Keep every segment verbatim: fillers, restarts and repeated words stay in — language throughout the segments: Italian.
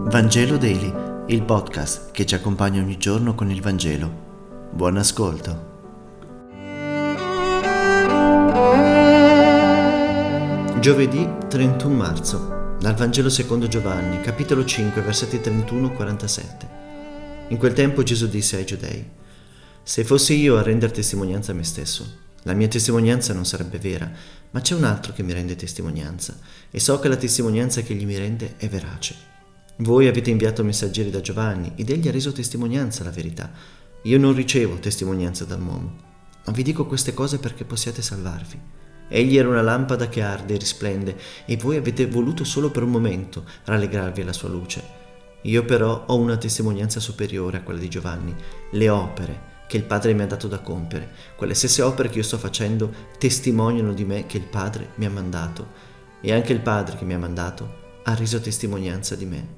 Vangelo Daily, il podcast che ci accompagna ogni giorno con il Vangelo. Buon ascolto. Giovedì trentuno marzo, dal Vangelo secondo Giovanni, capitolo cinque, versetti trentuno quarantasette. In quel tempo Gesù disse ai Giudei: «Se fossi io a rendere testimonianza a me stesso, la mia testimonianza non sarebbe vera, ma c'è un altro che mi rende testimonianza, e so che la testimonianza che egli mi rende è verace. Voi avete inviato messaggeri da Giovanni, ed egli ha reso testimonianza alla verità. Io non ricevo testimonianza dall'uomo, ma vi dico queste cose perché possiate salvarvi. Egli era una lampada che arde e risplende, e voi avete voluto solo per un momento rallegrarvi alla sua luce. Io però ho una testimonianza superiore a quella di Giovanni, le opere che il Padre mi ha dato da compiere, quelle stesse opere che io sto facendo testimoniano di me che il Padre mi ha mandato, e anche il Padre che mi ha mandato ha reso testimonianza di me».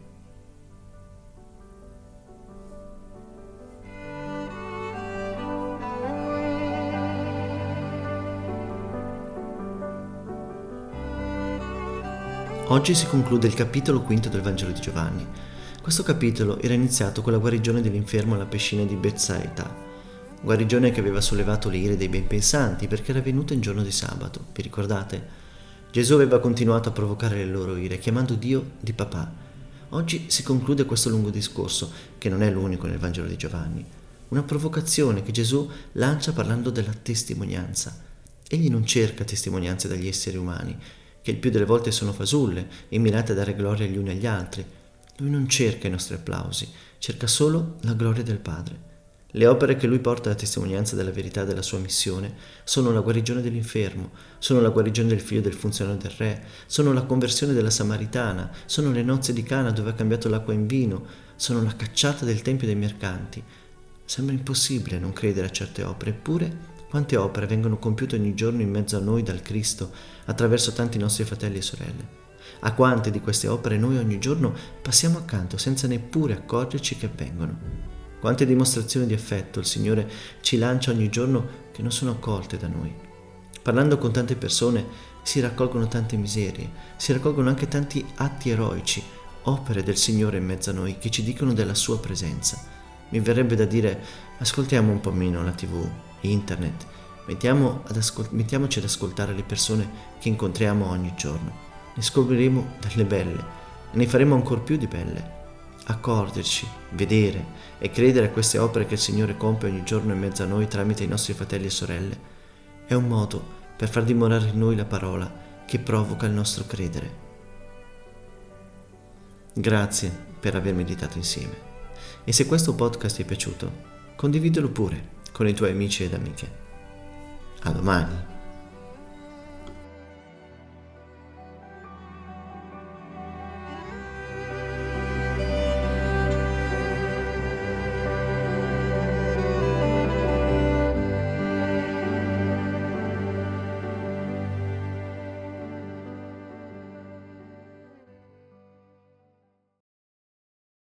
Oggi si conclude il capitolo quinto del Vangelo di Giovanni. Questo capitolo era iniziato con la guarigione dell'infermo alla piscina di Betsaida, guarigione che aveva sollevato le ire dei benpensanti perché era avvenuta in giorno di sabato. Vi ricordate? Gesù aveva continuato a provocare le loro ire, chiamando Dio di papà. Oggi si conclude questo lungo discorso, che non è l'unico nel Vangelo di Giovanni, una provocazione che Gesù lancia parlando della testimonianza. Egli non cerca testimonianze dagli esseri umani, che il più delle volte sono fasulle e mirate a dare gloria agli uni agli altri. Lui non cerca i nostri applausi, cerca solo la gloria del Padre. Le opere che lui porta a testimonianza della verità della sua missione sono la guarigione dell'infermo, sono la guarigione del figlio del funzionario del re, sono la conversione della Samaritana, sono le nozze di Cana dove ha cambiato l'acqua in vino, sono la cacciata del tempio dei mercanti. Sembra impossibile non credere a certe opere, eppure quante opere vengono compiute ogni giorno in mezzo a noi dal Cristo, attraverso tanti nostri fratelli e sorelle. A quante di queste opere noi ogni giorno passiamo accanto senza neppure accorgerci che avvengono. Quante dimostrazioni di affetto il Signore ci lancia ogni giorno che non sono accolte da noi. Parlando con tante persone si raccolgono tante miserie, si raccolgono anche tanti atti eroici, opere del Signore in mezzo a noi che ci dicono della sua presenza. Mi verrebbe da dire: ascoltiamo un po' meno la tivù, internet, mettiamo ad ascol- mettiamoci ad ascoltare le persone che incontriamo ogni giorno. Ne scopriremo delle belle e ne faremo ancor più di belle. Accorgerci, vedere e credere a queste opere che il Signore compie ogni giorno in mezzo a noi tramite i nostri fratelli e sorelle è un modo per far dimorare in noi la parola che provoca il nostro credere. Grazie per aver meditato insieme, e se questo podcast ti è piaciuto, condividilo pure con i tuoi amici ed amiche. A domani!